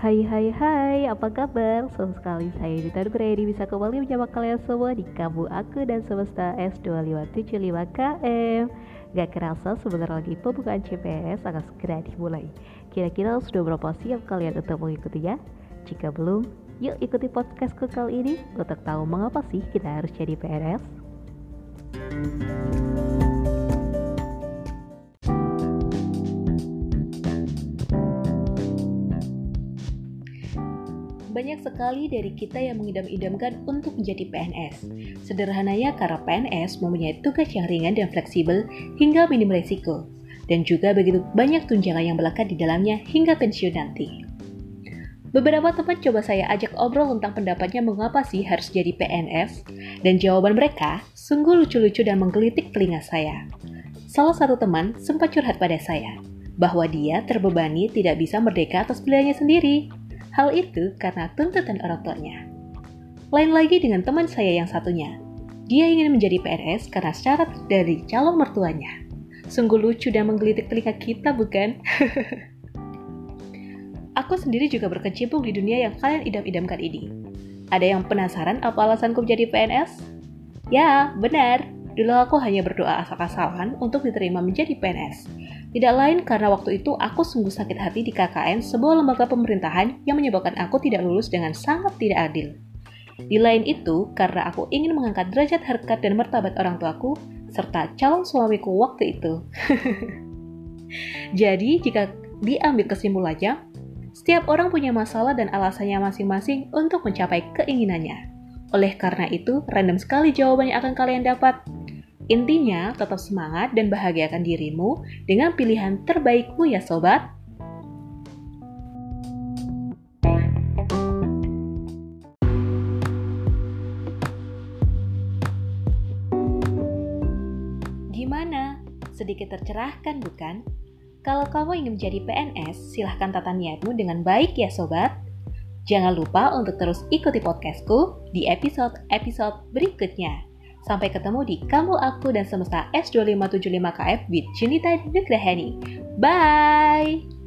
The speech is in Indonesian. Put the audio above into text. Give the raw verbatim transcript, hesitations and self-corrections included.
Hai hai hai, apa kabar? Senang sekali saya Dita Nugraini bisa kembali menyapa kalian semua di Kamu Aku dan Semesta S dua lima tujuh lima K M. Gak kerasa sebentar lagi pembukaan C P N S akan segera dimulai. Kira-kira sudah berapa siap kalian untuk mengikutinya? Jika belum, yuk ikuti podcastku kali ini untuk tahu mengapa sih kita harus jadi P N S. Banyak sekali dari kita yang mengidam-idamkan untuk menjadi P N S. Sederhananya karena P N S mempunyai tugas yang ringan dan fleksibel hingga minim resiko. Dan juga begitu banyak tunjangan yang melekat di dalamnya hingga pensiun nanti. Beberapa teman coba saya ajak obrol tentang pendapatnya mengapa sih harus jadi P N S, dan jawaban mereka sungguh lucu-lucu dan menggelitik telinga saya. Salah satu teman sempat curhat pada saya, bahwa dia terbebani tidak bisa merdeka atas pilihannya sendiri. Hal itu karena tuntutan orang tuanya. Lain lagi dengan teman saya yang satunya. Dia ingin menjadi P N S karena syarat dari calon mertuanya. Sungguh lucu dan menggelitik telinga kita, bukan? Aku sendiri juga berkecimpung di dunia yang kalian idam-idamkan ini. Ada yang penasaran apa alasanku menjadi P N S? Ya, benar. Dulu aku hanya berdoa asal-asalan untuk diterima menjadi P N S. Tidak lain karena waktu itu aku sungguh sakit hati di K K N, sebuah lembaga pemerintahan yang menyebabkan aku tidak lulus dengan sangat tidak adil. Di lain itu, karena aku ingin mengangkat derajat harkat dan martabat orang tuaku, serta calon suamiku waktu itu. Jadi, jika diambil kesimpulannya, setiap orang punya masalah dan alasannya masing-masing untuk mencapai keinginannya. Oleh karena itu, random sekali jawaban yang akan kalian dapat. Intinya, tetap semangat dan bahagiakan dirimu dengan pilihan terbaikmu ya sobat. Gimana? Sedikit tercerahkan bukan? Kalau kamu ingin menjadi P N S, silahkan tata niatmu dengan baik ya sobat. Jangan lupa untuk terus ikuti podcastku di episode-episode berikutnya. Sampai ketemu di Kamu, Aku, dan Semesta S dua lima tujuh lima K F with Junita Nugraini. Bye!